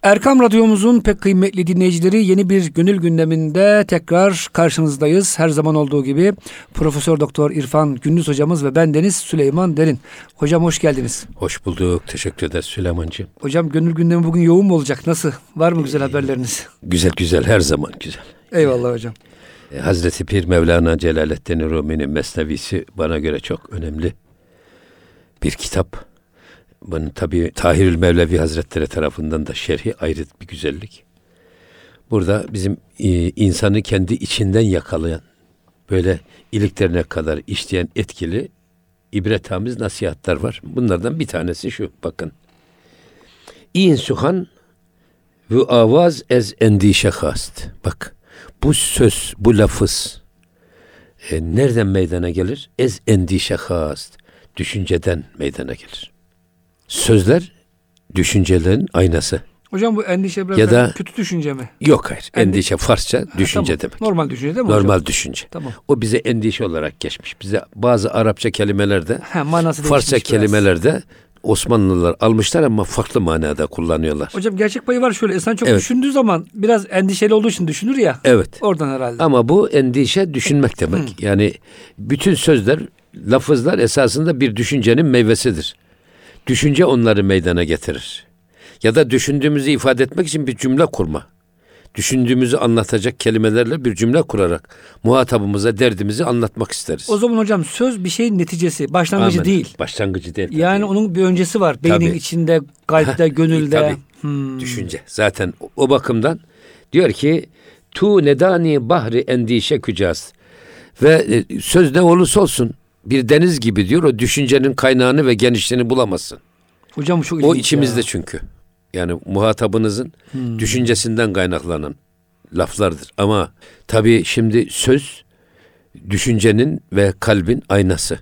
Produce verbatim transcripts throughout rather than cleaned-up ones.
Erkam Radyomuzun pek kıymetli dinleyicileri, yeni bir gönül gündeminde tekrar karşınızdayız. Her zaman olduğu gibi Profesör Doktor İrfan Gündüz hocamız ve bendeniz Süleyman Derin. Hocam hoş geldiniz. Hoş bulduk. Teşekkür ederiz Süleymancığım. Hocam gönül gündemi bugün yoğun mu olacak? Nasıl? Var mı güzel haberleriniz? Güzel güzel, her zaman güzel. Eyvallah hocam. Hazreti Pir Mevlana Celaleddin Rumi'nin Mesnevisi bana göre çok önemli bir kitap. Bunun tabii Tahirül Mevlevi Hazretleri tarafından da şerhi ayrı bir güzellik. Burada bizim e, insanı kendi içinden yakalayan, böyle iliklerine kadar işleyen etkili ibretamiz nasihatler var. Bunlardan bir tanesi şu, bakın. İn suhan ve avaz ez endişe hast. Bak, bu söz, bu lafız e, nereden meydana gelir? Ez endişe hast. Düşünceden meydana gelir. Sözler düşüncelerin aynası. Hocam bu endişe biraz ya da, kötü düşünce mi? Yok hayır. Endi- endişe Farsça düşünce ha, tamam. demek. Normal düşünce değil mi Normal hocam? düşünce. Tamam. O bize endişe olarak geçmiş. Bize bazı Arapça kelimelerde, ha, manası Farsça kelimelerde Osmanlılar almışlar ama farklı manada kullanıyorlar. Hocam gerçek payı var şöyle. İnsan çok evet. düşündüğü zaman biraz endişeli olduğu için düşünür ya. Evet. Oradan herhalde. Ama bu endişe düşünmek demek. Hı. Yani bütün sözler, lafızlar esasında bir düşüncenin meyvesidir. Düşünce onları meydana getirir. Ya da düşündüğümüzü ifade etmek için bir cümle kurma. Düşündüğümüzü anlatacak kelimelerle bir cümle kurarak muhatabımıza derdimizi anlatmak isteriz. O zaman hocam söz bir şeyin neticesi, başlangıcı Amen. değil. Başlangıcı değil. Tabii. Yani onun bir öncesi var. Beynin Tabii. içinde, kalpte, Heh, gönülde. Tabii. Hmm. Düşünce. Zaten o, o bakımdan diyor ki tu nedani bahri endişe kücaz. Ve e, söz ne olursa olsun bir deniz gibi diyor, o düşüncenin kaynağını ve genişliğini bulamazsın. Hocam çok O ilginç içimizde ya. çünkü. Yani muhatabınızın hmm. düşüncesinden kaynaklanan laflardır. Ama tabii şimdi söz düşüncenin ve kalbin aynası.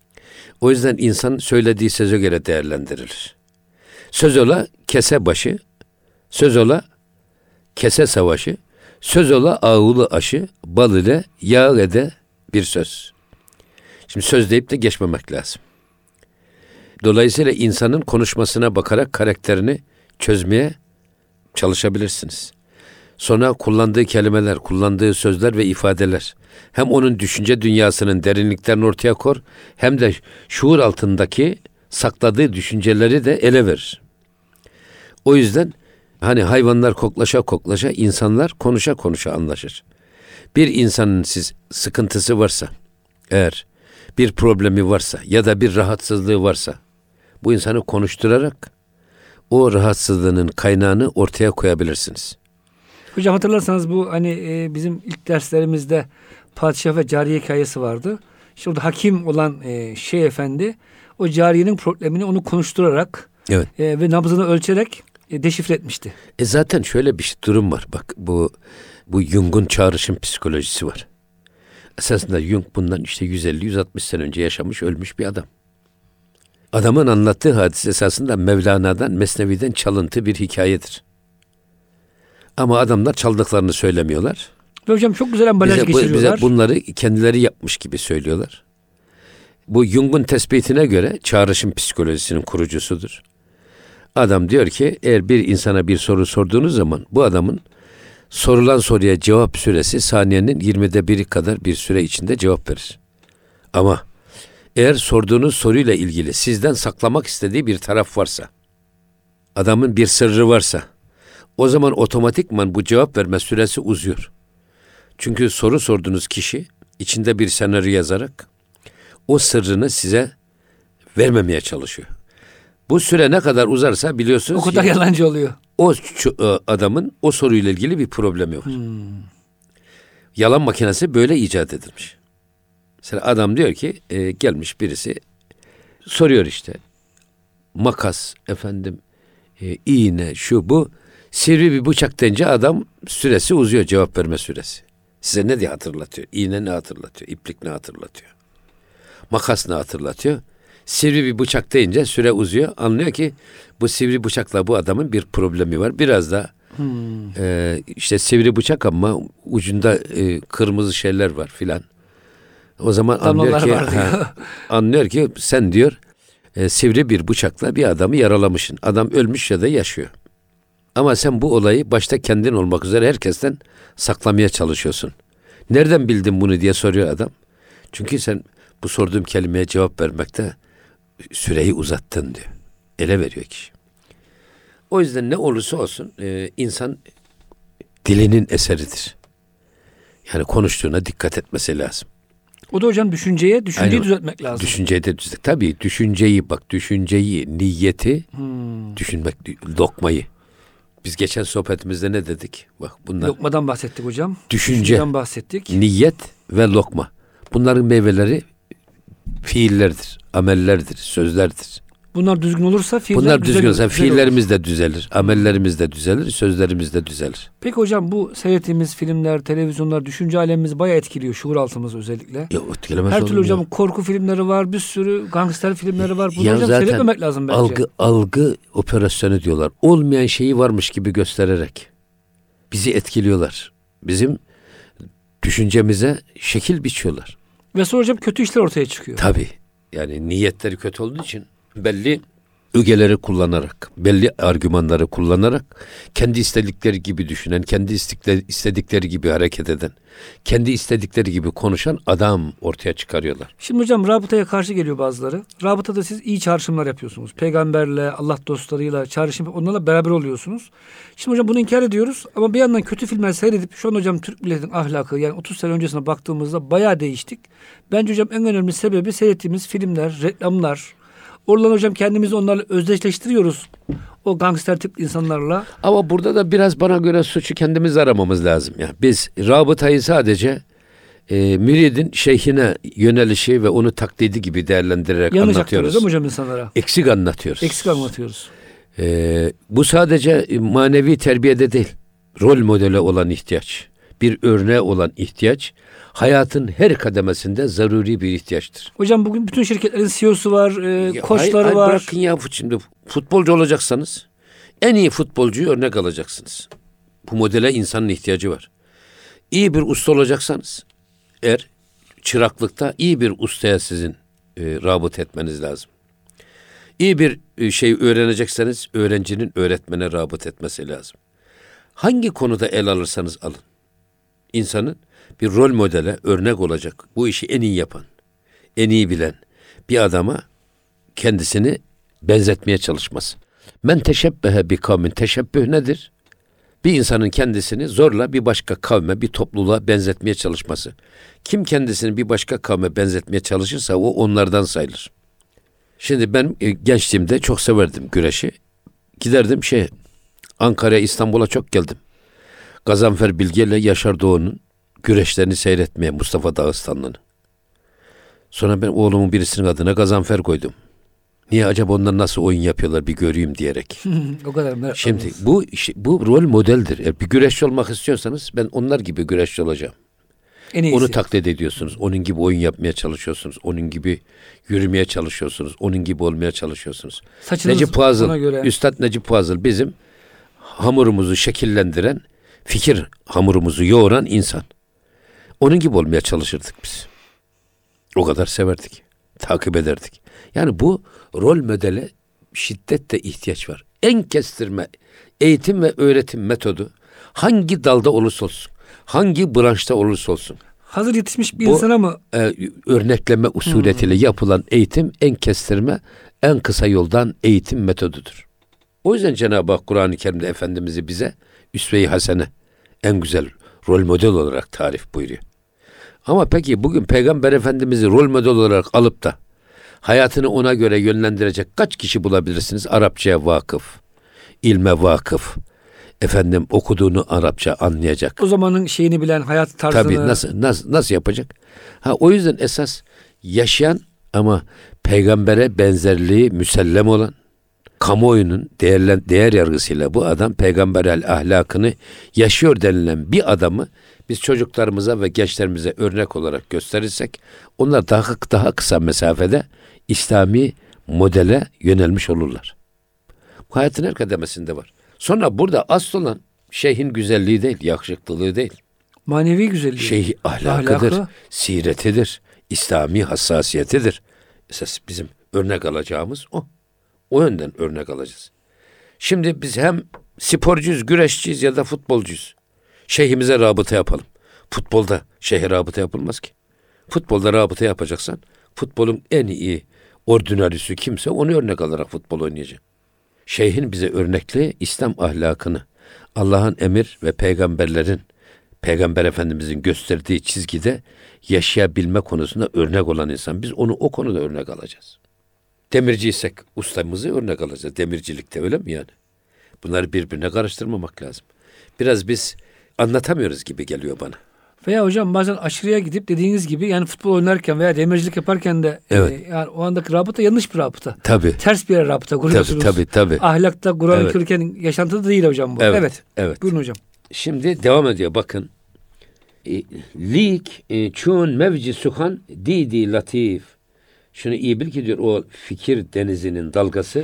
O yüzden insan söylediği söze göre değerlendirilir. Söz ola kese başı, söz ola kese savaşı, söz ola ağılı aşı, bal ile yağ ede bir söz. Şimdi söz deyip de geçmemek lazım. Dolayısıyla insanın konuşmasına bakarak karakterini çözmeye çalışabilirsiniz. Sonra kullandığı kelimeler, kullandığı sözler ve ifadeler hem onun düşünce dünyasının derinliklerini ortaya kor, hem de şuur altındaki sakladığı düşünceleri de ele verir. O yüzden hani hayvanlar koklaşa koklaşa, insanlar konuşa konuşa anlaşır. Bir insanın siz sıkıntısı varsa, eğer bir problemi varsa ya da bir rahatsızlığı varsa, bu insanı konuşturarak o rahatsızlığının kaynağını ortaya koyabilirsiniz. Hocam hatırlarsanız bu hani e, bizim ilk derslerimizde padişah ve cariye hikayesi vardı. İşte orada hakim olan e, Şeyh Efendi o cariyenin problemini onu konuşturarak evet. e, ve nabzını ölçerek e, deşifre etmişti. E zaten şöyle bir durum var. Bak bu bu Jung'un çağrışım psikolojisi var. Esasında Jung bundan işte yüz elli yüz altmış sene önce yaşamış, ölmüş bir adam. Adamın anlattığı hadise esasında Mevlana'dan, Mesnevi'den çalıntı bir hikayedir. Ama adamlar çaldıklarını söylemiyorlar. Ve hocam çok güzel ambalaj bize, geçiriyorlar. Bize bunları kendileri yapmış gibi söylüyorlar. Bu Jung'un tespitine göre çağrışım psikolojisinin kurucusudur. Adam diyor ki eğer bir insana bir soru sorduğunuz zaman bu adamın sorulan soruya cevap süresi saniyenin yirmide biri kadar bir süre içinde cevap verir. Ama eğer sorduğunuz soruyla ilgili sizden saklamak istediği bir taraf varsa, adamın bir sırrı varsa, o zaman otomatikman bu cevap verme süresi uzuyor. Çünkü soru sorduğunuz kişi içinde bir senaryo yazarak o sırrını size vermemeye çalışıyor. Bu süre ne kadar uzarsa biliyorsunuz o kadar ki, yalancı oluyor. O adamın o soruyla ilgili bir problemi var. Hmm. Yalan makinesi böyle icat edilmiş. Mesela adam diyor ki e, gelmiş birisi soruyor işte makas efendim e, iğne şu bu sivri bir bıçak deyince adam süresi uzuyor, cevap verme süresi. Size ne diye hatırlatıyor? İğne ne hatırlatıyor? İplik ne hatırlatıyor? Makas ne hatırlatıyor? Sivri bir bıçak deyince süre uzuyor. Anlıyor ki bu sivri bıçakla bu adamın bir problemi var. Biraz da hmm. e, işte sivri bıçak ama ucunda e, kırmızı şeyler var filan. O zaman anlıyor ki, ha, anlıyor ki sen diyor e, sivri bir bıçakla bir adamı yaralamışsın. Adam ölmüş ya da yaşıyor. Ama sen bu olayı başta kendin olmak üzere herkesten saklamaya çalışıyorsun. Nereden bildin bunu diye soruyor adam. Çünkü sen bu sorduğum kelimeye cevap vermekte süreyi uzattın diyor. Ele veriyor kişi. O yüzden ne olursa olsun e, insan dilinin eseridir. Yani konuştuğuna dikkat etmesi lazım. O da hocam düşünceye, düşünceyi Aynen. düzeltmek lazım. Düşünceyi de düzeltmek. Tabii düşünceyi bak, düşünceyi, niyeti, Hmm. düşünmek, lokmayı. Biz geçen sohbetimizde ne dedik? Bak bunlar Lokmadan bahsettik hocam. düşünce, Düşünceden bahsettik. niyet ve lokma. Bunların meyveleri fiillerdir, amellerdir, sözlerdir. Bunlar düzgün olursa fiiller Bunlar güzel- düzgün olsa güzel olur. fiillerimiz de düzelir, amellerimiz de düzelir, sözlerimiz de düzelir. Peki hocam bu seyrettiğimiz filmler, televizyonlar düşünce alemimizi bayağı etkiliyor. Şuur altımız özellikle. Ya etkilemez Her olur türlü mu hocam ya? korku filmleri var, bir sürü gangster filmleri var. Bunu Ya hocam zaten seyretmemek lazım bence. Algı, algı operasyonu diyorlar. Olmayan şeyi varmış gibi göstererek bizi etkiliyorlar. Bizim düşüncemize şekil biçiyorlar. Ve sonra hocam kötü işler ortaya çıkıyor. Tabii. Yani niyetleri kötü olduğu için belli ögeleri kullanarak, belli argümanları kullanarak kendi istedikleri gibi düşünen, kendi istikleri, istedikleri gibi hareket eden, kendi istedikleri gibi konuşan adam ortaya çıkarıyorlar. Şimdi hocam rabıtaya karşı geliyor bazıları. Rabıtada siz iyi çağrışımlar yapıyorsunuz. Peygamberle, Allah dostlarıyla çağrışım, onlarla beraber oluyorsunuz. Şimdi hocam bunu inkar ediyoruz ama bir yandan kötü filmler seyredip şu an hocam Türk milletinin ahlakı yani otuz sene öncesine baktığımızda bayağı değiştik. Bence hocam en önemli sebebi seyrettiğimiz filmler, reklamlar. Oradan hocam kendimizi onlarla özdeşleştiriyoruz. O gangster tip insanlarla. Ama burada da biraz bana göre suçu kendimiz aramamız lazım. Yani biz rabıtayı sadece e, müridin şeyhine yönelişi ve onu taklidi gibi değerlendirerek Yanlış anlatıyoruz. aktarıyoruz değil mi hocam insanlara? Eksik anlatıyoruz. Eksik anlatıyoruz. E, bu sadece manevi terbiyede değil. Rol modeli olan ihtiyaç. Bir örneğe olan ihtiyaç. Hayatın her kademesinde zaruri bir ihtiyaçtır. Hocam bugün bütün şirketlerin C E O'su var, e, Ya koçları hayır, hayır, var. Bırakın ya şimdi futbolcu olacaksanız en iyi futbolcuyu örnek alacaksınız. Bu modele insanın ihtiyacı var. İyi bir usta olacaksanız eğer çıraklıkta iyi bir ustaya sizin e, rabıt etmeniz lazım. İyi bir e, şey öğrenecekseniz öğrencinin öğretmene rabıt etmesi lazım. Hangi konuda el alırsanız alın. İnsanın bir rol modele örnek olacak. Bu işi en iyi yapan, en iyi bilen bir adama kendisini benzetmeye çalışması. Men teşebbehe bi kavmin. Teşebbüh nedir? Bir insanın kendisini zorla bir başka kavme, bir topluluğa benzetmeye çalışması. Kim kendisini bir başka kavme benzetmeye çalışırsa o onlardan sayılır. Şimdi ben e, gençliğimde çok severdim güreşi. Giderdim şey Ankara'ya, İstanbul'a çok geldim. Gazanfer Bilge ile Yaşar Doğu'nun güreşlerini seyretmeye, Mustafa Dağıstanlı'nın. Sonra ben oğlumun birisinin adına Gazanfer koydum. Niye acaba onlar nasıl oyun yapıyorlar bir göreyim diyerek. O kadar merak Şimdi etmez. bu bu rol modeldir. Eğer bir güreşçi olmak istiyorsanız ben onlar gibi güreşçi olacağım. En iyisi. Onu taklit ediyorsunuz. Onun gibi oyun yapmaya çalışıyorsunuz. Onun gibi yürümeye çalışıyorsunuz. Onun gibi olmaya çalışıyorsunuz. Saçınız Necip ona Fazıl, göre. Üstad Necip Fazıl bizim hamurumuzu şekillendiren, fikir hamurumuzu yoğuran insan. Onun gibi olmaya çalışırdık biz. O kadar severdik. Takip ederdik. Yani bu rol modele şiddetle ihtiyaç var. En kestirme eğitim ve öğretim metodu hangi dalda olursa olsun, hangi branşta olursa olsun. Hazır yetişmiş bir Bu- insana mı? e, örnekleme usuletiyle yapılan eğitim en kestirme, en kısa yoldan eğitim metodudur. O yüzden Cenab-ı Hak Kur'an-ı Kerim'de Efendimiz'i bize üsve-i hasene, en güzel rol model olarak tarif buyuruyor. Ama peki bugün Peygamber Efendimiz'i rol model olarak alıp da hayatını ona göre yönlendirecek kaç kişi bulabilirsiniz? Arapçaya vakıf, ilme vakıf, efendim okuduğunu Arapça anlayacak. O zamanın şeyini bilen, hayat tarzını. Tabii nasıl nasıl nasıl yapacak? Ha o yüzden esas yaşayan ama peygambere benzerliği müsellem olan, kamuoyunun değerlen, değer yargısıyla bu adam peygamberel ahlakını yaşıyor denilen bir adamı biz çocuklarımıza ve gençlerimize örnek olarak gösterirsek onlar daha daha kısa mesafede İslami modele yönelmiş olurlar. Bu hayatın her kademesinde var. Sonra burada asıl olan şeyhin güzelliği değil, yakışıklılığı değil. Manevi güzelliği. Şeyh ahlakıdır, Ahlakı. siretidir, İslami hassasiyetidir. Esas bizim örnek alacağımız o. O yönden örnek alacağız. Şimdi biz hem sporcuyuz, güreşçiyiz ya da futbolcuyuz. Şeyhimize rabıta yapalım. Futbolda şeyhe rabıta yapılmaz ki. Futbolda rabıta yapacaksan futbolun en iyi ordinarisi kimse onu örnek alarak futbol oynayacak. Şeyhin bize örnekli İslam ahlakını, Allah'ın emir ve peygamberlerin, Peygamber Efendimizin gösterdiği çizgide yaşayabilme konusunda örnek olan insan. Biz onu o konuda örnek alacağız. Demirciysek ustamızı örnek alacağız. Demircilikte öyle mi yani? Bunları birbirine karıştırmamak lazım. Biraz biz anlatamıyoruz gibi geliyor bana. Veya hocam bazen aşırıya gidip dediğiniz gibi yani futbol oynarken veya demircilik yaparken de evet. e, yani o andaki rabıta yanlış bir rabıta. Tabii. Ters bir yere rabıta kuruyorsunuz. Tabii tabii. tabii. Ahlakta, Kur'an-ı evet. Kerim'in yaşantıda değil hocam bu. Evet. Evet. evet. Buyurun hocam. Şimdi devam ediyor bakın. Lik çun mevci suhan didi latif. Şunu iyi bil ki diyor o fikir denizinin dalgası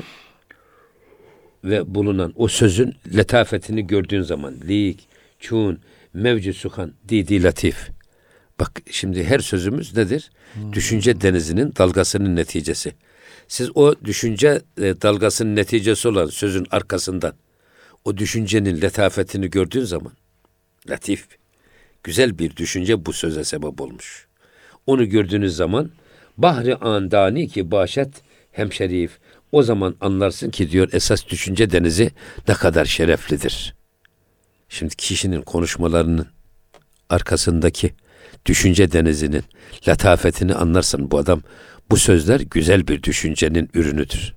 ve bulunan o sözün letafetini gördüğün zaman lik çun mevci suhan didi latif. Bak şimdi her sözümüz nedir? Hmm. Düşünce denizinin dalgasının neticesi. Siz o düşünce dalgasının neticesi olan sözün arkasından o düşüncenin letafetini gördüğün zaman latif, güzel bir düşünce bu söze sebep olmuş. Onu gördüğünüz zaman bahri andani ki başet hemşerif. O zaman anlarsın ki diyor esas düşünce denizi ne kadar şereflidir. Şimdi kişinin konuşmalarının arkasındaki düşünce denizinin letafetini anlarsan bu adam bu sözler güzel bir düşüncenin ürünüdür.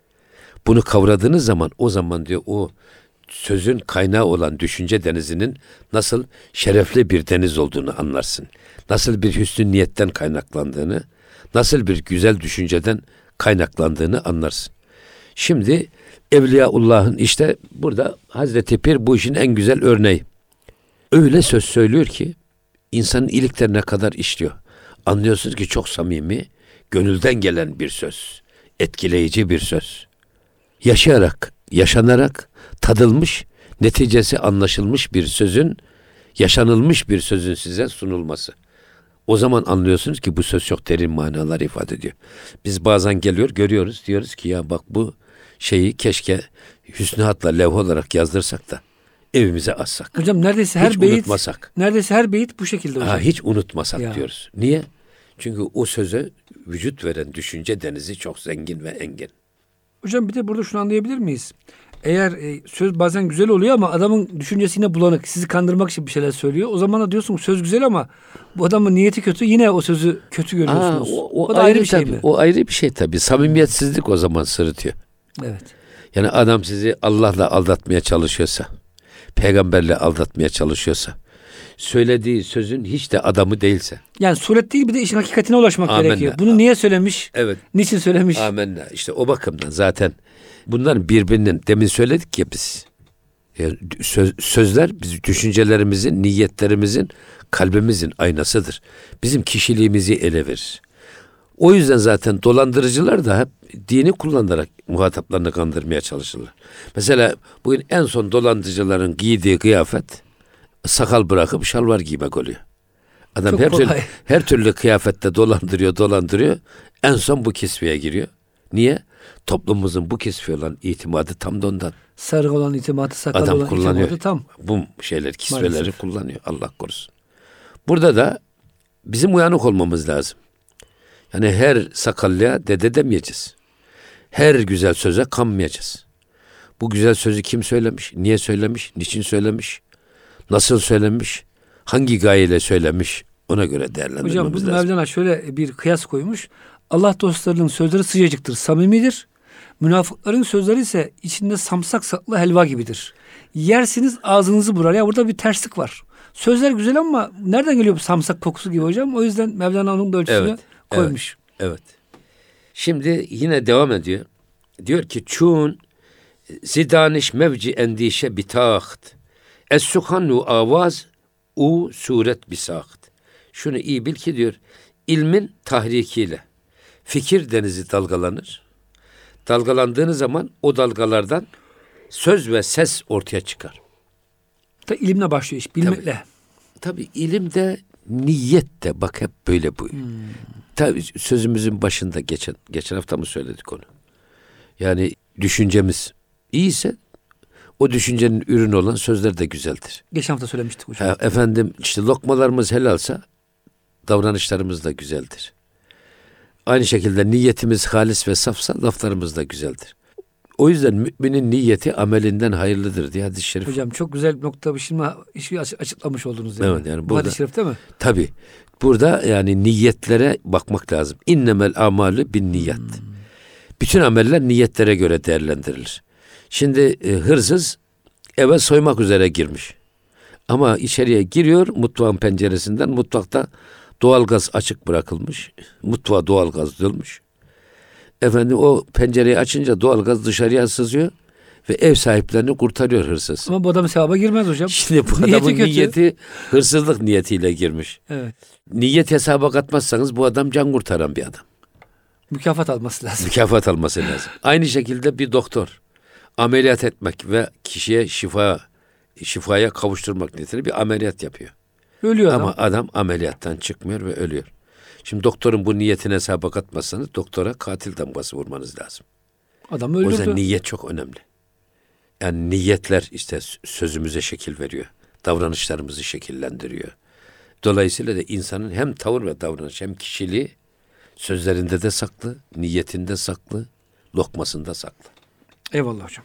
Bunu kavradığınız zaman o zaman diyor o sözün kaynağı olan düşünce denizinin nasıl şerefli bir deniz olduğunu anlarsın. Nasıl bir hüsnü niyetten kaynaklandığını, nasıl bir güzel düşünceden kaynaklandığını anlarsın. Şimdi Evliyaullah'ın işte burada Hazreti Pir bu işin en güzel örneği. Öyle söz söylüyor ki insanın iliklerine kadar işliyor. Anlıyorsunuz ki çok samimi, gönülden gelen bir söz, etkileyici bir söz. Yaşayarak, yaşanarak tadılmış, neticesi anlaşılmış bir sözün, yaşanılmış bir sözün size sunulması. O zaman anlıyorsunuz ki bu söz çok derin manalar ifade ediyor. Biz bazen geliyor, görüyoruz, diyoruz ki ya bak bu şeyi keşke hüsnü hatla levh olarak yazdırsak da evimize assak. Hocam neredeyse her hiç beyit, unutmasak. neredeyse her beyit bu şekilde hocam. Ha, hiç unutmasak ya. diyoruz. Niye? Çünkü o söze vücut veren düşünce denizi çok zengin ve engin. Hocam bir de burada şunu anlayabilir miyiz? Eğer e, söz bazen güzel oluyor ama adamın düşüncesi yine bulanık. Sizi kandırmak için bir şeyler söylüyor. O zaman da diyorsunuz söz güzel ama bu adamın niyeti kötü. Yine o sözü kötü görüyorsunuz. Aa, o, o, o da ayrı, ayrı bir şey tabii, mi? O ayrı bir şey tabii. Samimiyetsizlik o zaman sırıtıyor. Evet. Yani adam sizi Allah'la aldatmaya çalışıyorsa, peygamberle aldatmaya çalışıyorsa, söylediği sözün hiç de adamı değilse. Yani suret değil bir de işin hakikatine ulaşmak Amenna. gerekiyor. Bunu niye söylemiş? Evet. Niçin söylemiş? Amenna. İşte o bakımdan zaten bunların birbirinin demin söyledik ya biz. Yani söz, sözler bizim düşüncelerimizin, niyetlerimizin, kalbimizin aynasıdır. Bizim kişiliğimizi ele verir. O yüzden zaten dolandırıcılar da hep dini kullanarak muhataplarını kandırmaya çalışırlar. Mesela bugün en son dolandırıcıların giydiği kıyafet sakal bırakıp şalvar giymek oluyor. Adam Çok her kolay. türlü, her türlü kıyafette dolandırıyor, dolandırıyor. En son bu kisveye giriyor. Niye? Toplumumuzun bu kisveye olan itimadı tam da ondan. Sarı olan itimadı, sakal Adam olan kullanıyor. itimadı tam. Bu şeyler, kisveleri Maalesef. kullanıyor. Allah korusun. Burada da bizim uyanık olmamız lazım. Yani her sakallıya dede demeyeceğiz. Her güzel söze kanmayacağız. Bu güzel sözü kim söylemiş, niye söylemiş, niçin söylemiş, nasıl söylemiş, hangi gayeyle söylemiş ona göre değerlendirmemiz Hocam bu lazım. Mevlana şöyle bir kıyas koymuş. Allah dostlarının sözleri sıcacıktır, samimidir. Münafıkların sözleri ise içinde samsak saklı helva gibidir. Yersiniz ağzınızı burar. Ya burada bir terslik var. Sözler güzel ama nereden geliyor bu samsak kokusu gibi hocam? O yüzden Mevlana onun da ölçüsünü Evet, koymuş. Evet, evet. Şimdi yine devam ediyor. Diyor ki çun zidaniş mevci endişe bitaht. Es-suhanu avaz u suret bisaht. Şunu iyi bil ki diyor ilmin tahrikiyle fikir denizi dalgalanır. Dalgalandığınız zaman o dalgalardan söz ve ses ortaya çıkar. Da ilimle başlıyor iş, bilmekle. Tabii ilim de niyet de bak hep böyle bu. Hmm. Tabii sözümüzün başında geçen geçen hafta mı söyledik onu? Yani düşüncemiz iyiyse O düşüncenin ürünü olan sözler de güzeldir. Geçen hafta söylemiştik hocam. Ha, efendim işte lokmalarımız helalsa davranışlarımız da güzeldir. Aynı şekilde niyetimiz halis ve safsa laflarımız da güzeldir. O yüzden müminin niyeti amelinden hayırlıdır diye hadis-i şerif. Hocam çok güzel bir nokta bu. Şimdi işi açıklamış oldunuz. Yani. Evet, yani bu burada, hadis-i şerif değil mi? Tabii. Burada yani niyetlere bakmak lazım. İnnemel amalü bin niyet. Hmm. Bütün ameller niyetlere göre değerlendirilir. Şimdi e, hırsız eve soymak üzere girmiş. Ama içeriye giriyor mutfağın penceresinden. Mutfakta doğalgaz açık bırakılmış. Mutfağa doğalgaz dönmüş. Efendim o pencereyi açınca doğalgaz dışarıya sızıyor ve ev sahiplerini kurtarıyor hırsız. Ama bu adam sevaba girmez hocam. Şimdi bu adamın niyeti, niyeti hırsızlık niyetiyle girmiş. Evet. Niyet hesaba katmazsanız bu adam can kurtaran bir adam. Mükafat alması lazım. Mükafat alması lazım. Aynı şekilde bir doktor ameliyat etmek ve kişiye şifa şifaya kavuşturmak niyetiyle bir ameliyat yapıyor. Ölüyor adam. Ama adam ameliyattan çıkmıyor ve ölüyor. Şimdi doktorun bu niyetine hesaba katmazsanız doktora katil damgası vurmanız lazım. Adam öldürdü. O yüzden niyet çok önemli. Yani niyetler işte sözümüze şekil veriyor. Davranışlarımızı şekillendiriyor. Dolayısıyla da insanın hem tavır ve davranış hem kişiliği sözlerinde de saklı, niyetinde saklı, lokmasında saklı. Eyvallah hocam.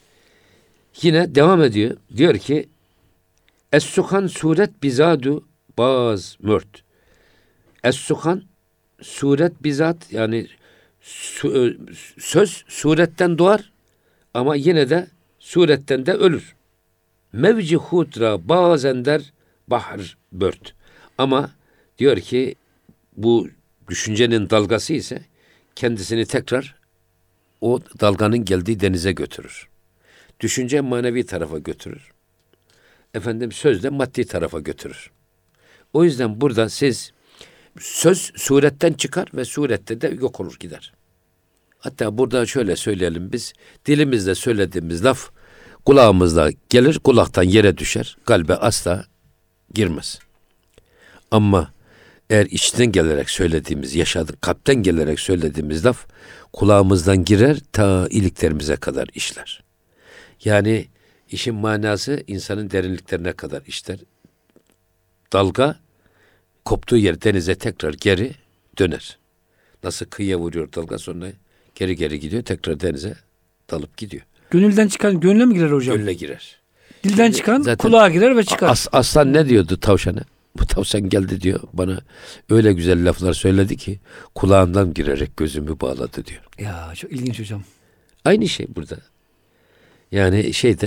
Yine devam ediyor. Diyor ki Es-sukan suret bizadu baz mört. Es-sukan suret bizat yani su, söz suretten doğar ama yine de suretten de ölür. Mevci hudra bazender bahr bört. Ama diyor ki bu düşüncenin dalgası ise kendisini tekrar o dalganın geldiği denize götürür. Düşünce manevi tarafa götürür. Efendim söz de maddi tarafa götürür. O yüzden burada siz söz suretten çıkar ve surette de yok olur gider. Hatta burada şöyle söyleyelim biz dilimizde söylediğimiz laf kulağımızda gelir kulaktan yere düşer kalbe asla girmez. Ama eğer içten gelerek söylediğimiz yaşadık kalpten gelerek söylediğimiz laf kulağımızdan girer ta iliklerimize kadar işler. Yani işin manası insanın derinliklerine kadar işler. Dalga koptuğu yer denize tekrar geri döner. Nasıl kıyıya vuruyor dalga sonra geri geri gidiyor tekrar denize dalıp gidiyor. Gönülden çıkan gönüle mi girer hocam? Gönüle girer. Dilden Şimdi çıkan kulağa girer ve çıkar. As, aslan ne diyordu tavşana? Bu tavşan geldi diyor bana öyle güzel laflar söyledi ki kulağımdan girerek gözümü bağladı diyor. Ya çok ilginç hocam. Aynı şey burada. Yani şeyde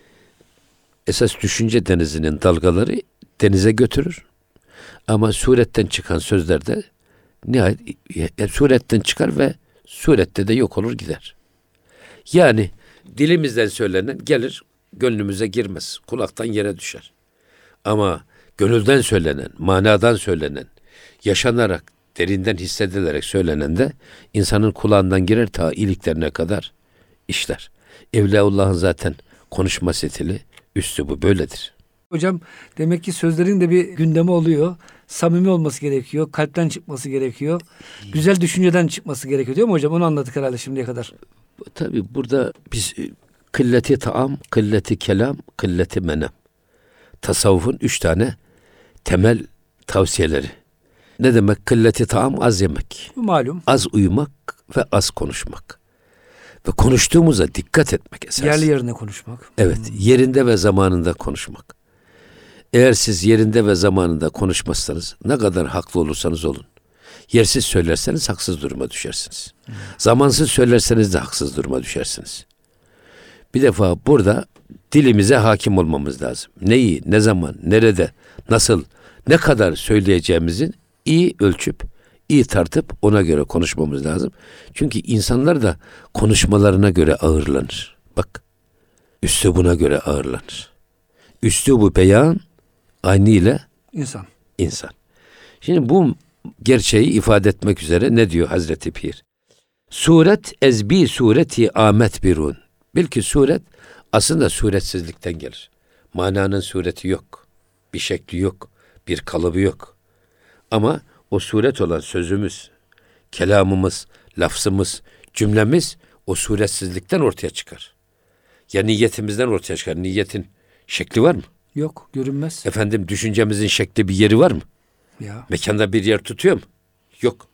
esas düşünce denizinin dalgaları denize götürür. Ama suretten çıkan sözler de nihayet suretten çıkar ve surette de yok olur gider. Yani dilimizden söylenen gelir gönlümüze girmez. Kulaktan yere düşer. Ama gönülden söylenen, manadan söylenen, yaşanarak, derinden hissedilerek söylenen de insanın kulağından girer ta iliklerine kadar işler. Evliyaullah'ın zaten konuşma stili, üslubu böyledir. Hocam demek ki sözlerin de bir gündemi oluyor. Samimi olması gerekiyor. Kalpten çıkması gerekiyor. Güzel düşünceden çıkması gerekiyor değil mi hocam? Onu anladık herhalde şimdiye kadar. Tabii burada biz kılleti taam, kılleti kelam, kılleti menem. Tasavvufun üç tane temel tavsiyeleri. Ne demek? Kılleti taam az yemek. Malum. Az uyumak ve az konuşmak. Ve konuştuğumuza dikkat etmek esas. Yerli yerine konuşmak. Evet, hmm. yerinde ve zamanında konuşmak. Eğer siz yerinde ve zamanında konuşmazsanız ne kadar haklı olursanız olun. Yersiz söylerseniz haksız duruma düşersiniz. Hmm. Zamansız söylerseniz de haksız duruma düşersiniz. Bir defa burada dilimize hakim olmamız lazım. Neyi, ne zaman, nerede, nasıl, ne kadar söyleyeceğimizin iyi ölçüp, iyi tartıp ona göre konuşmamız lazım. Çünkü insanlar da konuşmalarına göre ağırlanır. Bak, üslubuna göre ağırlanır. Üslubu beyan, aynı ile insan. insan. Şimdi bu gerçeği ifade etmek üzere ne diyor Hazreti Pir? Suret ezbi sureti amet birun. Bil ki suret aslında suretsizlikten gelir. Mananın sureti yok. Bir şekli yok. Bir kalıbı yok. Ama o suret olan sözümüz, kelamımız, lafzımız, cümlemiz o suretsizlikten ortaya çıkar. Ya niyetimizden ortaya çıkar. Niyetin şekli var mı? Yok, görünmez. Efendim düşüncemizin şekli bir yeri var mı? Ya. Mekanda bir yer tutuyor mu? Yok.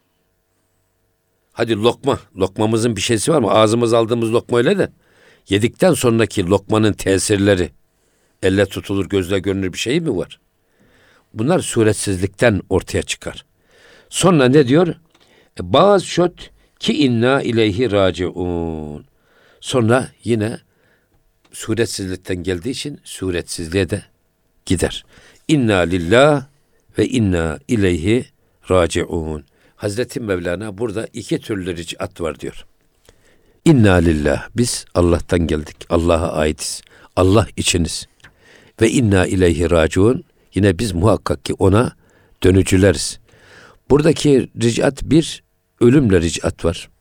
Hadi lokma. Lokmamızın bir şeysi var mı? Ağzımız aldığımız lokma öyle de. Yedikten sonraki lokmanın tesirleri elle tutulur, gözle görünür bir şey mi var? Bunlar suretsizlikten ortaya çıkar. Sonra ne diyor? E, bazı şöt ki inna ileyhi raciun. Sonra yine suretsizlikten geldiği için suretsizliğe de gider. İnna lillah ve inna ileyhi raciun. Hazreti Mevlana burada iki türlü ric'at var diyor. İnna lillah, biz Allah'tan geldik. Allah'a aitiz. Allah içiniz. Ve inna ileyhi raciun, yine biz muhakkak ki ona dönücüleriz. Buradaki ric'at bir, ölümle ric'at var.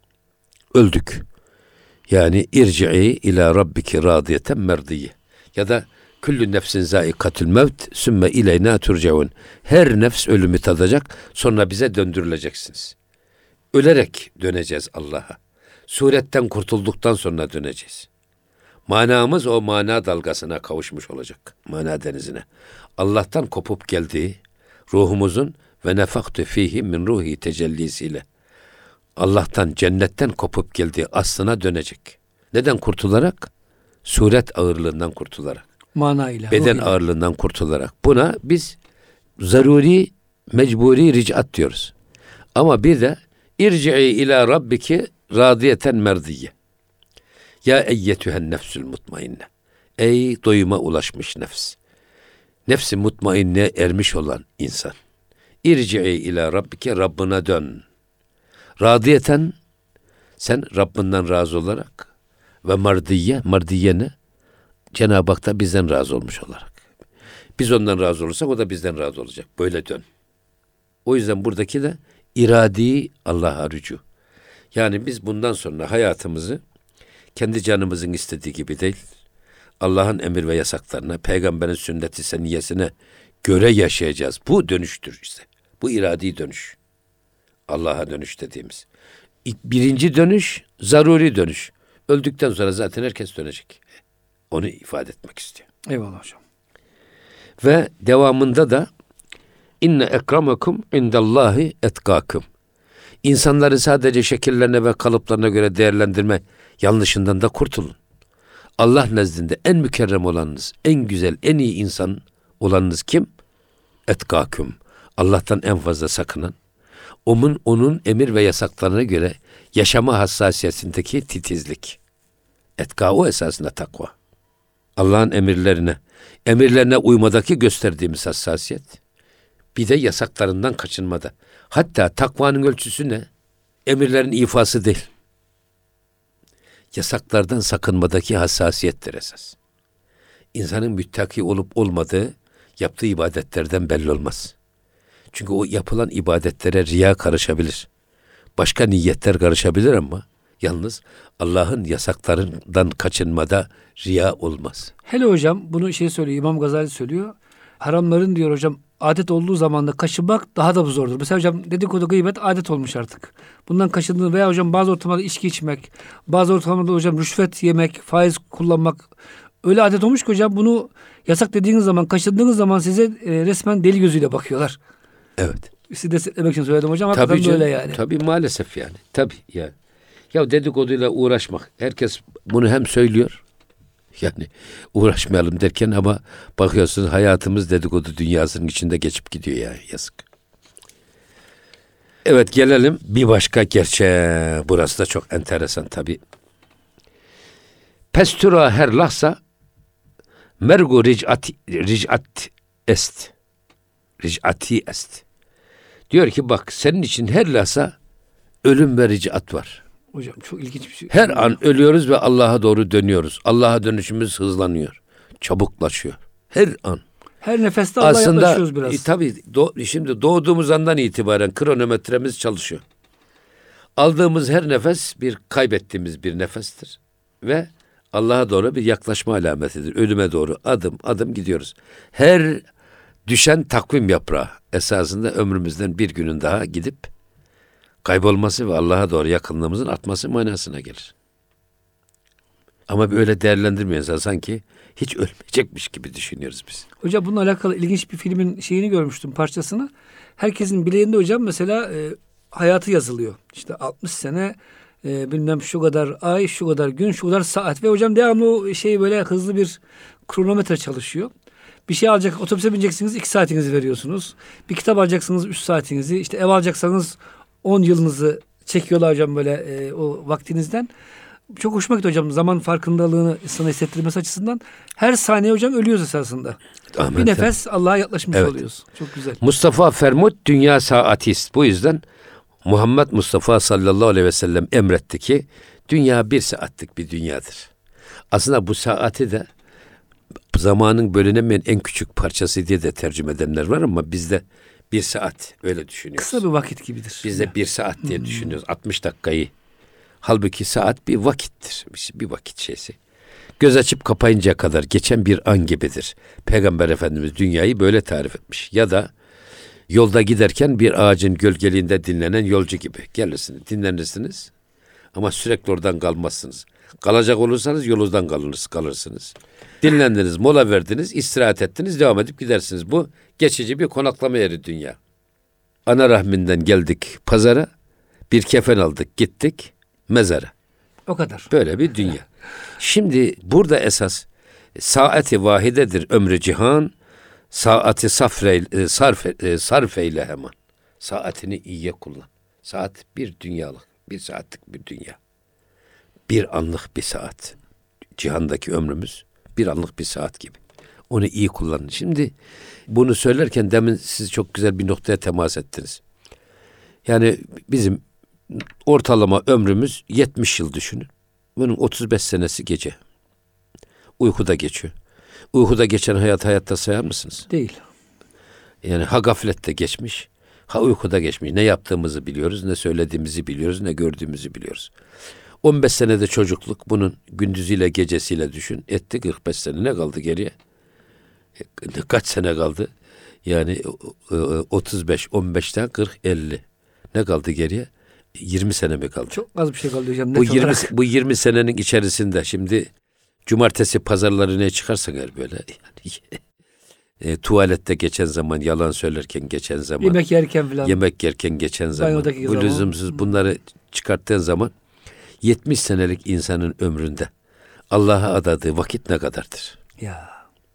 Öldük. Yani irci'i ila rabbiki radiyeten merdiye. Ya da küllü nefsin zaikatül mevt sümme ileyna turcaun. Her nefs ölümü tadacak, sonra bize döndürüleceksiniz. Ölerek döneceğiz Allah'a. Suretten kurtulduktan sonra döneceğiz. Manamız o mana dalgasına kavuşmuş olacak. Mana denizine. Allah'tan kopup geldiği ruhumuzun ve nefaktu fihi min ruhi tecellisiyle Allah'tan, cennetten kopup geldiği aslına dönecek. Neden kurtularak? Suret ağırlığından kurtularak. Manayla. Beden ruhuyla. ağırlığından kurtularak. Buna biz zaruri, mecburi ric'at diyoruz. Ama bir de irci'i ila rabbiki radiyeten merdiye. Ya eyyetühen nefsül mutmainne. Ey doyuma ulaşmış nefs. Nefsi mutmainne ermiş olan insan. İrci'i ila rabbike, Rabbına dön. Radiyeten, sen Rabbinden razı olarak ve mardiye, mardiye ne? Cenab-ı Hak da bizden razı olmuş olarak. Biz ondan razı olursak o da bizden razı olacak. Böyle dön. O yüzden buradaki de iradi Allah'a rücu. Yani biz bundan sonra hayatımızı kendi canımızın istediği gibi değil, Allah'ın emir ve yasaklarına, peygamberin sünnet-i seniyyesine göre yaşayacağız. Bu dönüştür işte. Bu iradi dönüş. Allah'a dönüş dediğimiz. Birinci dönüş, zaruri dönüş. Öldükten sonra zaten herkes dönecek. Onu ifade etmek istiyor. Eyvallah hocam. Ve devamında da inne ekramakum indallahi etkâkum. İnsanları sadece şekillerine ve kalıplarına göre değerlendirme yanlışından da kurtulun. Allah nezdinde en mükerrem olanınız, en güzel, en iyi insan olanınız kim? Etkâkum. Allah'tan en fazla sakınan, onun, onun emir ve yasaklarına göre yaşama hassasiyetindeki titizlik. Etka o esasında takva. Allah'ın emirlerine, emirlerine uymadaki gösterdiğimiz hassasiyet, bir de yasaklarından kaçınmada. Hatta takvanın ölçüsü ne? Emirlerin ifası değil. Yasaklardan sakınmadaki hassasiyettir esas. İnsanın müttaki olup olmadığı yaptığı ibadetlerden belli olmaz. Çünkü o yapılan ibadetlere riya karışabilir. Başka niyetler karışabilir ama yalnız Allah'ın yasaklarından kaçınmada riya olmaz. Hele hocam bunu şey söylüyor, İmam Gazali söylüyor. Haramların diyor hocam adet olduğu zaman da kaçınmak daha da zordur. Mesela hocam dedikodu, gıybet adet olmuş artık. Bundan kaçındığı veya hocam bazı ortamlarda içki içmek, bazı ortamlarda hocam rüşvet yemek, faiz kullanmak öyle adet olmuş ki hocam bunu yasak dediğiniz zaman, kaçındığınız zaman size e, resmen deli gözüyle bakıyorlar. Evet. Sizi desteklemek için söyledim hocam. Hakikaten Tabii böyle yani. Tabii maalesef yani. Tabii yani. Ya dedikoduyla uğraşmak. Herkes bunu hem söylüyor. Yani uğraşmayalım derken ama bakıyorsun hayatımız dedikodu dünyasının içinde geçip gidiyor ya. Yazık. Evet, gelelim bir başka gerçeğe. Burası da çok enteresan tabii. Pestura her lahsa mergu ric'at ric'at est. Ric'ati est. Diyor ki bak, senin için her lahza ölüm ve ric'at var. Hocam çok ilginç bir şey. Her an ölüyoruz ve Allah'a doğru dönüyoruz. Allah'a dönüşümüz hızlanıyor. Çabuklaşıyor. Her an. Her nefeste Allah'a yaklaşıyoruz biraz. E, tabii do, şimdi doğduğumuz andan itibaren kronometremiz çalışıyor. Aldığımız her nefes bir kaybettiğimiz bir nefestir. Ve Allah'a doğru bir yaklaşma alametidir. Ölüme doğru adım adım gidiyoruz. Her düşen takvim yaprağı esasında ömrümüzden bir günün daha gidip kaybolması ve Allah'a doğru yakınlığımızın artması manasına gelir. Ama böyle değerlendirmiyoruz. Sanki hiç ölmeyecekmiş gibi düşünüyoruz biz. Hocam bununla alakalı ilginç bir filmin şeyini görmüştüm, parçasını. Herkesin bileğinde hocam mesela e, hayatı yazılıyor. İşte altmış sene e, bilmem şu kadar ay, şu kadar gün, şu kadar saat ve hocam devamlı o şey böyle hızlı bir kronometre çalışıyor. Bir şey alacak, otobüse bineceksiniz iki saatinizi veriyorsunuz. Bir kitap alacaksınız üç saatinizi. İşte ev alacaksanız on yılınızı çekiyorlar hocam böyle e, o vaktinizden. Çok hoşuma gitti hocam. Zaman farkındalığını sana hissettirmesi açısından. Her saniye hocam ölüyoruz esasında. Ahmet bir nefes Allah'a yaklaşmış evet. oluyoruz. Çok güzel. Mustafa Fermut dünya saatist. Bu yüzden Muhammed Mustafa sallallahu aleyhi ve sellem emretti ki dünya bir saatlik bir dünyadır. Aslında bu saati de zamanın bölünemeyen en küçük parçası diye de tercüme edenler var ama bizde bir saat öyle düşünüyoruz. Kısa bir vakit gibidir. Biz de bir saat diye hmm. düşünüyoruz. altmış dakikayı. Halbuki saat bir vakittir. Bir vakit şeysi. Göz açıp kapayıncaya kadar geçen bir an gibidir. Peygamber Efendimiz dünyayı böyle tarif etmiş. Ya da yolda giderken bir ağacın gölgeliğinde dinlenen yolcu gibi. Gelirsiniz, dinlenirsiniz ama sürekli oradan kalmazsınız. Kalacak olursanız yolunuzdan kalınız, kalırsınız. Dinlendiniz, mola verdiniz, istirahat ettiniz, devam edip gidersiniz. Bu geçici bir konaklama yeri dünya. Ana rahminden geldik pazara, bir kefen aldık, gittik mezara. O kadar. Böyle bir dünya. Şimdi burada esas saati vahidedir ömrü cihan, saati safre, sarf, sarf eyle hemen. Saatini iyiye kullan. Saat bir dünyalık, bir saatlik bir dünya. Bir anlık bir saat. Cihandaki ömrümüz bir anlık bir saat gibi. Onu iyi kullanın. Şimdi bunu söylerken demin siz çok güzel bir noktaya temas ettiniz. Yani bizim ortalama ömrümüz yetmiş yıl düşünün. Bunun otuz beş senesi gece. Uykuda geçiyor. Uykuda geçen hayat hayatta sayar mısınız? Değil. Yani ha gaflette geçmiş, ha uykuda geçmiş. Ne yaptığımızı biliyoruz, ne söylediğimizi biliyoruz, ne gördüğümüzü biliyoruz. on beş senede çocukluk, bunun gündüzüyle gecesiyle düşün. Etti kırk beş sene, ne kaldı geriye? Kaç sene kaldı? Yani otuz beş, on beşten kırk, elli. Ne kaldı geriye? yirmi sene mi kaldı? Çok az bir şey kaldı hocam. Bu yirmi, bu yirmi senenin içerisinde şimdi cumartesi pazarları ne çıkarsak eğer böyle yani e, tuvalette geçen zaman, yalan söylerken geçen zaman, yemek yerken falan, yemek yerken geçen zaman, bu zaman. Lüzumsuz bunları çıkarttığın zaman yetmiş senelik insanın ömründe Allah'a adadığı vakit ne kadardır? Ya.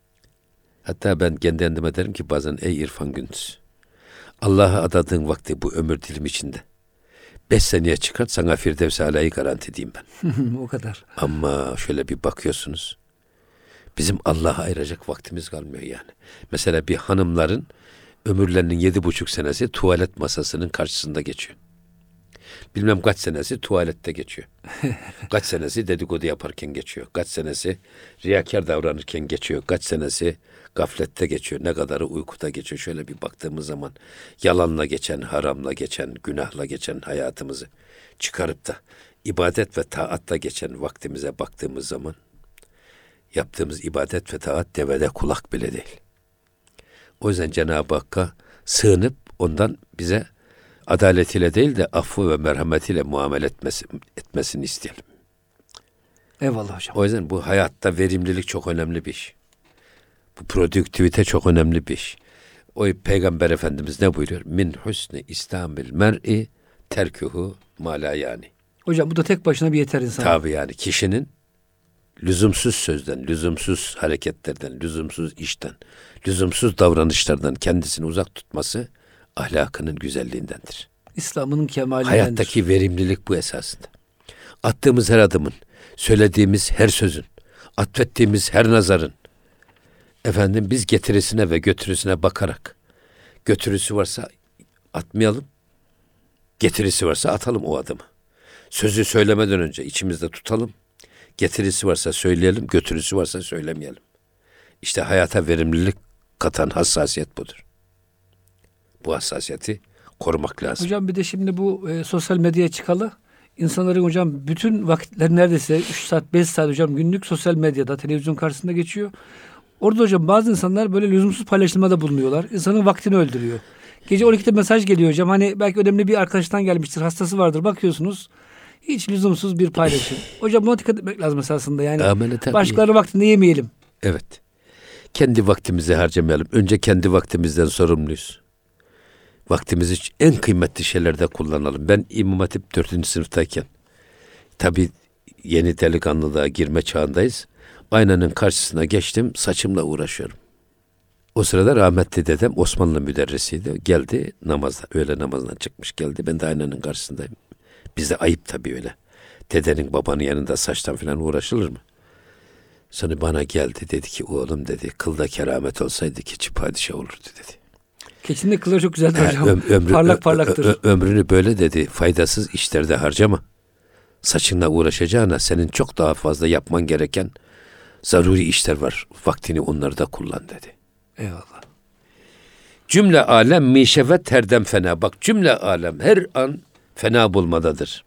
Hatta ben kendi kendime derim ki bazen, ey İrfan Gündüz, Allah'a adadığın vakti bu ömür dilim içinde beş seneye çıkart, sana Firdevs-i Alâ'yı garanti diyeyim ben. O kadar. Ama şöyle bir bakıyorsunuz, bizim Allah'a ayıracak vaktimiz kalmıyor yani. Mesela bir hanımların ömürlerinin yedi buçuk senesi tuvalet masasının karşısında geçiyor. Bilmem kaç senesi tuvalette geçiyor. Kaç senesi dedikodu yaparken geçiyor. Kaç senesi riyakar davranırken geçiyor. Kaç senesi gaflette geçiyor. Ne kadarı uykuda geçiyor. Şöyle bir baktığımız zaman yalanla geçen, haramla geçen, günahla geçen hayatımızı çıkarıp da ibadet ve taatta geçen vaktimize baktığımız zaman yaptığımız ibadet ve taat devede kulak bile değil. O yüzden Cenab-ı Hakk'a sığınıp ondan bize adaletiyle değil de affı ve merhametiyle muamele etmesi, etmesini isteyelim. Eyvallah hocam. O yüzden bu hayatta verimlilik çok önemli bir iş. Bu produktivite çok önemli bir iş. O Peygamber Efendimiz ne buyuruyor? Min husni İslamil mer'i terkuhu ma la yani. Hocam bu da tek başına bir yeter insan. Tabii yani kişinin lüzumsuz sözden, lüzumsuz hareketlerden, lüzumsuz işten, lüzumsuz davranışlardan kendisini uzak tutması ahlakının güzelliğindendir. İslam'ın kemalindendir. Hayattaki verimlilik bu esasında. Attığımız her adımın, söylediğimiz her sözün, atfettiğimiz her nazarın, efendim biz getirisine ve götürüsüne bakarak, götürüsü varsa atmayalım, getirisi varsa atalım o adımı. Sözü söylemeden önce içimizde tutalım, getirisi varsa söyleyelim, götürüsü varsa söylemeyelim. İşte hayata verimlilik katan hassasiyet budur. Bu hassasiyeti korumak lazım. Hocam bir de şimdi bu e, sosyal medyaya çıkalı. İnsanların hocam bütün vakitleri neredeyse üç saat beş saat hocam günlük sosyal medyada, televizyon karşısında geçiyor. Orada hocam bazı insanlar böyle lüzumsuz paylaşımlarda bulunuyorlar. İnsanın vaktini öldürüyor. Gece on ikide mesaj geliyor hocam. Hani belki önemli bir arkadaştan gelmiştir, hastası vardır. Bakıyorsunuz Hiç lüzumsuz bir paylaşım. Hocam buna dikkat etmek lazım esasında. Yani Amele tabii. başkaları vaktinde yemeyelim. Evet. Kendi vaktimizi harcamayalım. Önce kendi vaktimizden sorumluyuz. Vaktimizi en kıymetli şeylerde kullanalım. Ben İmam Hatip dördüncü sınıftayken, tabii yeni delikanlılığa girme çağındayız. Aynanın karşısına geçtim, saçımla uğraşıyorum. O sırada rahmetli dedem Osmanlı müderrisiydi. Geldi namazda, öğle namazından çıkmış geldi. Ben de aynanın karşısındayım. Bizde ayıp tabii öyle. Dedenin babanın yanında saçtan falan uğraşılır mı? Sonra bana geldi, dedi ki oğlum dedi, kılda keramet olsaydı keçi padişah olurdu dedi. Keçinin de kılları çok güzeldir hocam. Öm, ömrü, Parlak ö, parlaktır. Ö, ö, ömrünü böyle dedi, faydasız işlerde harcama. Saçınla uğraşacağına senin çok daha fazla yapman gereken zaruri işler var. Vaktini onlarda kullan dedi. Eyvallah. Cümle alem mişevet herdem fena. Bak, cümle alem her an fena bulmadadır.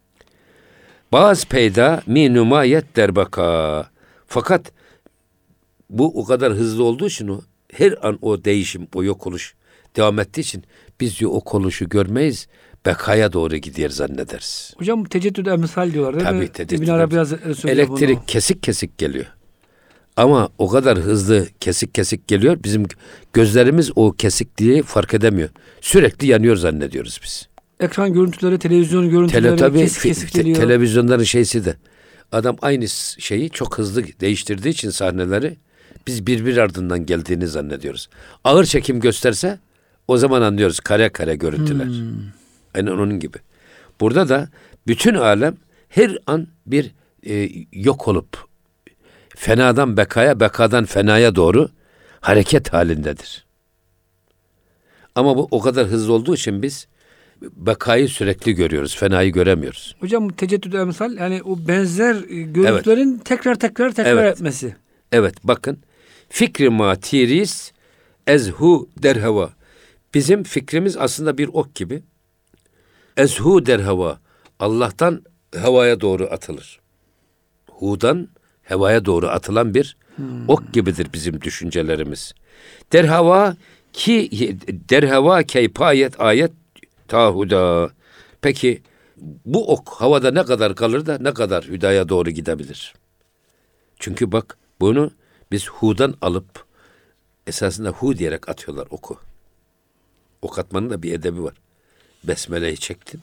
Bazı peyda mi numayet derbaka. Fakat bu o kadar hızlı olduğu için, o her an o değişim, o yok oluş devam ettiği için biz diyor o oluşu görmeyiz, bekaya doğru gidiyor zannederiz. Hocam teceddüd emsal diyorlar değil Tabii, mi? teceddüd İbn Arabi Hazretleri söylüyor bunu. Elektrik kesik kesik geliyor. Ama o kadar hızlı kesik kesik geliyor. Bizim gözlerimiz o kesikliği fark edemiyor. Sürekli yanıyor zannediyoruz biz. Ekran görüntüleri, televizyon görüntüleri Tele, tabii, kesik kesik te, geliyor. televizyonların şeysi de. Adam aynı şeyi çok hızlı değiştirdiği için sahneleri biz birbir ardından geldiğini zannediyoruz. Ağır çekim gösterse o zaman anlıyoruz, kare kare görüntüler. Hmm. Aynen onun gibi. Burada da bütün alem her an bir e, yok olup fenadan bekaya, bekadan fenaya doğru hareket halindedir. Ama bu o kadar hızlı olduğu için biz bekayı sürekli görüyoruz, fenayı göremiyoruz. Hocam bu teceddüd emsal, yani o benzer görüntülerin evet. tekrar tekrar tekrar evet. etmesi. Evet, bakın. Fikri ma tiris ezhu derhava. Bizim fikrimiz aslında bir ok gibi. Ezhu derhava. Allah'tan havaya doğru atılır. Hu'dan havaya doğru atılan bir hmm. ok gibidir bizim düşüncelerimiz. Derhava ki derhava keypayet ayet tahuda. Peki bu ok havada ne kadar kalır da ne kadar hüdaya doğru gidebilir? Çünkü bak, bunu biz Hu'dan alıp esasında Hu diyerek atıyorlar oku. Ok atmanın da bir edebi var. Besmele'yi çektin.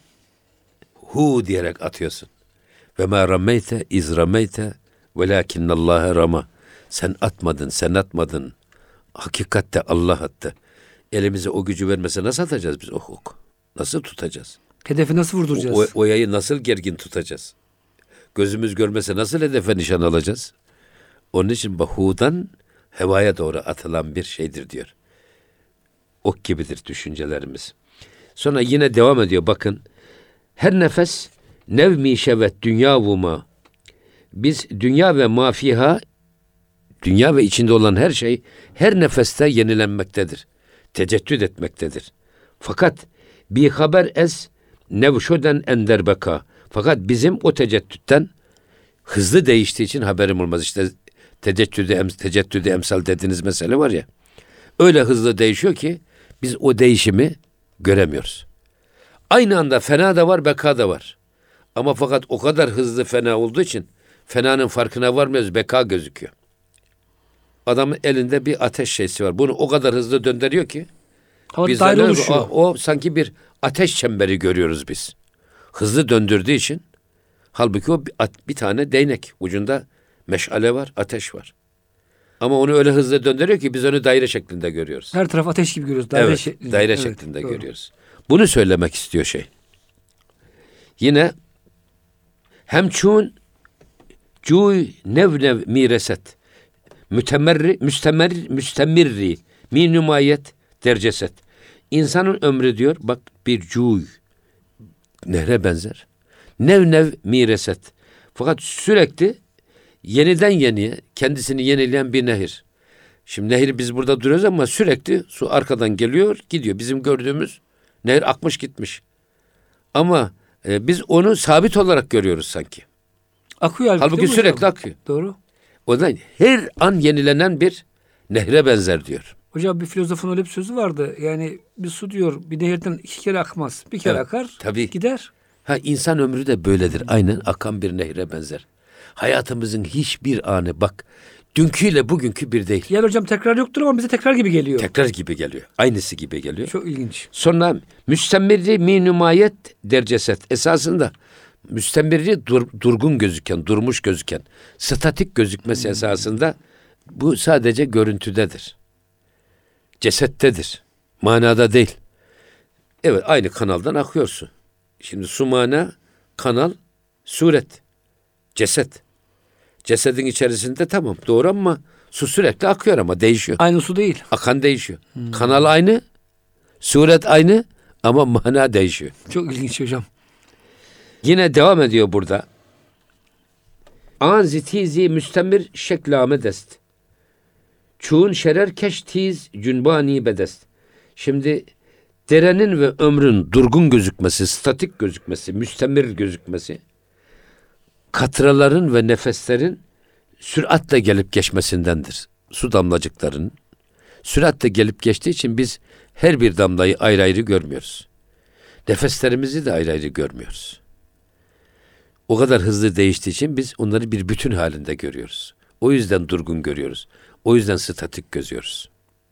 Hu diyerek atıyorsun. Ve ma rameyte iz rameyte velakinnallâhe rama. Sen atmadın, sen atmadın. Hakikatte Allah attı. Elimize o gücü vermese nasıl atacağız biz o ok? Nasıl tutacağız? Hedefi nasıl vurduracağız? O, o, o yayı nasıl gergin tutacağız? Gözümüz görmese nasıl hedefe nişan alacağız? Onun için Hu'dan hevaya doğru atılan bir şeydir diyor. Ok gibidir düşüncelerimiz. Sonra yine devam ediyor, bakın. Her nefes nevmi şevet dünya vuma. Biz dünya ve mafiha, dünya ve içinde olan her şey her nefeste yenilenmektedir. Teceddüd etmektedir. Fakat bir haber ez nevşoden ender beka. Fakat bizim o teceddütten hızlı değiştiği için haberim olmaz. İşte teceddüdü, em, teceddüdü emsal dediğiniz mesele var ya. Öyle hızlı değişiyor ki biz o değişimi göremiyoruz. Aynı anda fena da var, beka da var. Ama fakat o kadar hızlı fena olduğu için fenanın farkına varmıyoruz, beka gözüküyor. Adamın elinde bir ateş şeysi var. Bunu o kadar hızlı döndürüyor ki biz o, o sanki bir ateş çemberi görüyoruz biz. Hızlı döndürdüğü için, halbuki o bir, bir tane değnek. Ucunda meşale var, ateş var. Ama onu öyle hızlı döndürüyor ki biz onu daire şeklinde görüyoruz. Her taraf ateş gibi görüyoruz. Daire evet, şeklinde. daire evet, şeklinde doğru. görüyoruz. Bunu söylemek istiyor şey. Yine hemçun cuy nev nev mireset mütemerri müstemer müstemirri mi numayet derceset. İnsanın ömrü diyor, bak, bir cuy, nehre benzer. Nev nev mireset. Fakat sürekli yeniden yeniye kendisini yenileyen bir nehir. Şimdi nehir, biz burada duruyoruz ama sürekli su arkadan geliyor, gidiyor. Bizim gördüğümüz nehir akmış gitmiş. Ama e, biz onu sabit olarak görüyoruz sanki. Akıyor halbuki. Halbuki sürekli hocam? Akıyor. Doğru. O da her an yenilenen bir nehre benzer diyor. Hocam bir filozofun öyle bir sözü vardı. Yani bir su diyor bir nehirden iki kere akmaz. Bir kere evet, akar, tabii. gider. Ha, insan ömrü de böyledir. Aynen akan bir nehre benzer. Hayatımızın hiçbir anı bak, dünküyle bugünkü bir değil. Yani hocam tekrar yoktur ama bize tekrar gibi geliyor. Tekrar gibi geliyor. Aynısı gibi geliyor. Çok ilginç. Sonra müstemmirri minumayet derceset. Esasında müstemmirri dur, durgun gözüken, durmuş gözüken, statik gözükmesi esasında bu sadece görüntüdedir. Cesettedir. Manada değil. Evet, aynı kanaldan akıyor su. Şimdi su mana, kanal, suret, ceset. Cesedin içerisinde tamam doğru ama su sürekli akıyor ama değişiyor. Aynı su değil. Akan değişiyor. Hmm. Kanal aynı, suret aynı ama mana değişiyor. Çok ilginç hocam. Yine devam ediyor burada. Anzi tizi müstemir şeklame dest. Çuğun şerer keş tiz cünbani bedest. Şimdi derenin ve ömrün durgun gözükmesi, statik gözükmesi, müstemir gözükmesi, katraların ve nefeslerin süratle gelip geçmesindendir. Su damlacıklarının süratle gelip geçtiği için biz her bir damlayı ayrı ayrı görmüyoruz. Nefeslerimizi de ayrı ayrı görmüyoruz. O kadar hızlı değiştiği için biz onları bir bütün halinde görüyoruz. O yüzden durgun görüyoruz. O yüzden statik gözüyoruz.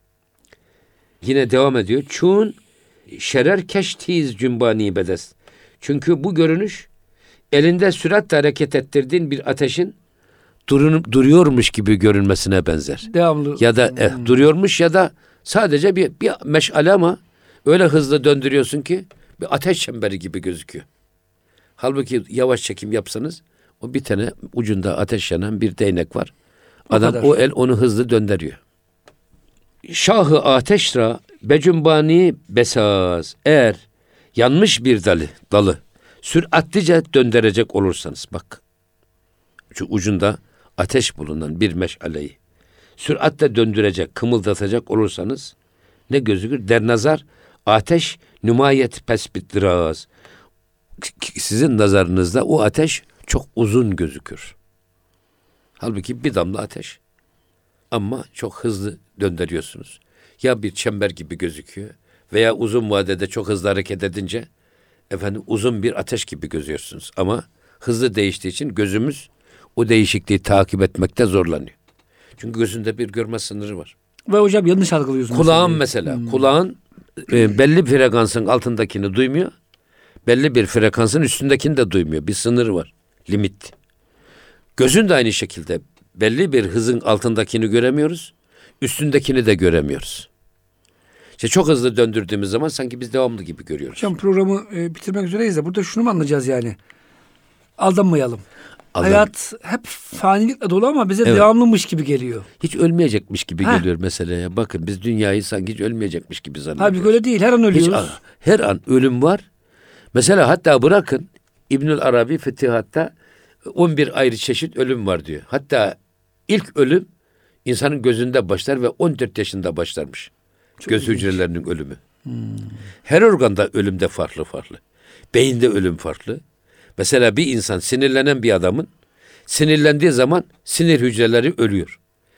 Yine devam ediyor. Çun şerer keştiz cümbani bedes. Çünkü bu görünüş elinde süratle hareket ettirdiğin bir ateşin durunup duruyormuş gibi görünmesine benzer. Devamlı. Ya da eh, duruyormuş ya da sadece bir, bir meşale ama öyle hızlı döndürüyorsun ki bir ateş çemberi gibi gözüküyor. Halbuki yavaş çekim yapsanız o bir tane ucunda ateş yanan bir değnek var. Adam o, o el onu hızlı döndürüyor. Şahı ateşra becümbani besaz. Eğer yanmış bir dalı, dalı süratlice döndürecek olursanız bak. Şu ucunda ateş bulunan bir meşaleyi süratle döndürecek, kımıldatacak olursanız ne gözükür? Dernazar ateş nümayet pesbittiraz. Sizin nazarınızda o ateş çok uzun gözükür. Halbuki bir damla ateş. Ama çok hızlı döndürüyorsunuz. Ya bir çember gibi gözüküyor veya uzun vadede çok hızlı hareket edince efendim uzun bir ateş gibi gözüyorsunuz. Ama hızlı değiştiği için gözümüz o değişikliği takip etmekte zorlanıyor. Çünkü gözünde bir görme sınırı var. Ve hocam yanlış algılıyorsunuz. Kulağın mesela. Hmm. Kulağın e, belli frekansın altındakini duymuyor. Belli bir frekansın üstündekini de duymuyor. Bir sınırı var. Limit. Gözün de aynı şekilde belli bir hızın altındakini göremiyoruz. Üstündekini de göremiyoruz. İşte çok hızlı döndürdüğümüz zaman sanki biz devamlı gibi görüyoruz. Hocam programı e, bitirmek üzereyiz de burada şunu mu anlayacağız yani? Aldanmayalım. Aldan... Hayat hep fanilikle dolu ama bize evet. devamlıymış gibi geliyor. Hiç ölmeyecekmiş gibi Heh. geliyor meseleye. Bakın biz dünyayı sanki hiç ölmeyecekmiş gibi zannediyoruz. Halbuki öyle değil. Her an ölüyoruz. Hiç, her an ölüm var. Mesela hatta bırakın İbnül Arabi Fütühat'ta on bir ayrı çeşit ölüm var diyor. Hatta ilk ölüm insanın gözünde başlar ve on dört yaşında başlarmış. Çok Göz ilginç. Hücrelerinin ölümü. Hmm. Her organda ölümde farklı farklı. Beyinde ölüm farklı. Mesela bir insan sinirlenen bir adamın sinirlendiği zaman sinir hücreleri ölüyor.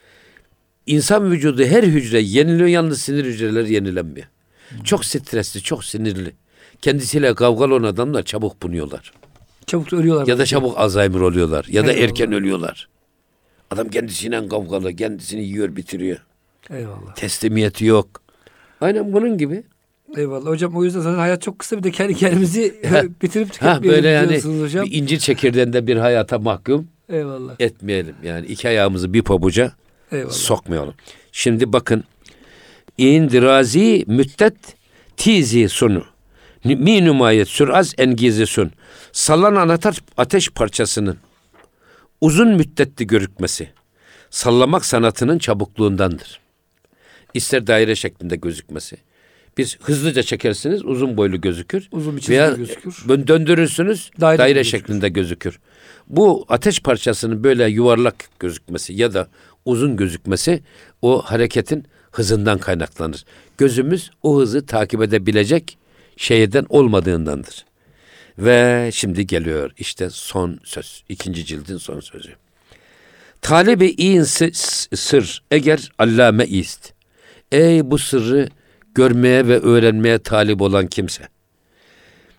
İnsan vücudu her hücre yeniliyor, yalnız sinir hücreleri yenilenmiyor. Hmm. Çok stresli, çok sinirli. Kendisiyle kavgalı olan adamlar çabuk bunuyorlar. Çabuk ölüyorlar. Ya da çabuk Alzheimer oluyorlar. Ya da Eyvallah. erken ölüyorlar. Adam kendisiyle kavgalı, kendisini yiyor, bitiriyor. Eyvallah. Teslimiyeti yok. Aynen bunun gibi. Eyvallah. Hocam o yüzden zaten hayat çok kısa, bir de kendi kendimizi bitirip tüketmeyelim. Böyle yani hocam. Bir incir çekirdeğinde bir hayata mahkum Eyvallah. etmeyelim. Yani iki ayağımızı bir pabuca Eyvallah. sokmayalım. Şimdi bakın. İndirazi müddet tizi sunu. Mi numayet süraz engizi sun. Sallanan ateş, ateş parçasının uzun müddetli görükmesi sallamak sanatının çabukluğundandır. İster daire şeklinde gözükmesi. Biz hızlıca çekersiniz uzun boylu gözükür. Uzun bir veya gözükür. Döndürürsünüz daire, daire şeklinde gözükür. Bu ateş parçasının böyle yuvarlak gözükmesi ya da uzun gözükmesi o hareketin hızından kaynaklanır. Gözümüz o hızı takip edebilecek şeyden olmadığındandır. Ve şimdi geliyor işte son söz. İkinci cildin son sözü. Talibi in sır eğer allame ist. Ey bu sırrı görmeye ve öğrenmeye talip olan kimse.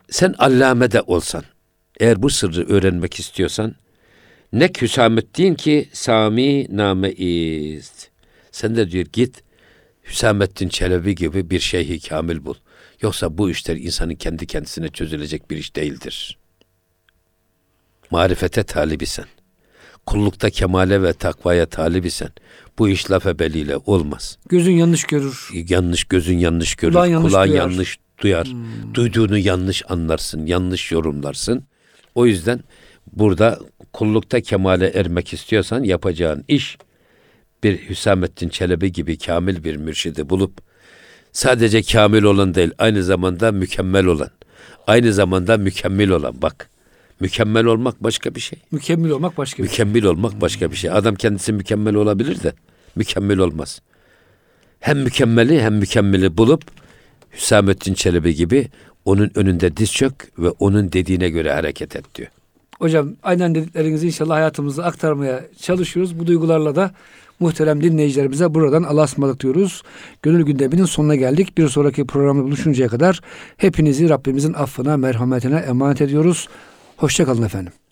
sen allame de olsan, eğer bu sırrı öğrenmek istiyorsan, ne Hüsamettin ki Sami nameiz. Sen de diyor git Hüsamettin Çelebi gibi bir şeyhi kamil bul. Yoksa bu işler insanın kendi kendisine çözülecek bir iş değildir. Marifete talibisen, kullukta kemale ve takvaya talibisen, bu iş laf ebeliyle olmaz. Gözün yanlış görür. Yanlış gözün yanlış görür, Kulağın yanlış kulağın duyar. yanlış duyar. Hmm. Duyduğunu yanlış anlarsın, yanlış yorumlarsın. O yüzden burada kullukta kemale ermek istiyorsan yapacağın iş, bir Hüsamettin Çelebi gibi kamil bir mürşidi bulup, sadece kamil olan değil, aynı zamanda mükemmel olan, aynı zamanda mükemmel olan, bak, mükemmel olmak başka bir şey. Mükemmel olmak başka bir şey. Mükemmel olmak başka bir şey. Adam kendisi mükemmel olabilir de mükemmel olmaz. Hem mükemmeli hem mükemmeli bulup Hüsamettin Çelebi gibi onun önünde diz çök ve onun dediğine göre hareket et diyor. Hocam aynen dediklerinizi inşallah hayatımıza aktarmaya çalışıyoruz. Bu duygularla da muhterem dinleyicilerimize buradan Allah'a ısmarladık diyoruz. Gönül gündeminin sonuna geldik. Bir sonraki programda buluşuncaya kadar hepinizi Rabbimizin affına, merhametine emanet ediyoruz. Hoşça kalın efendim.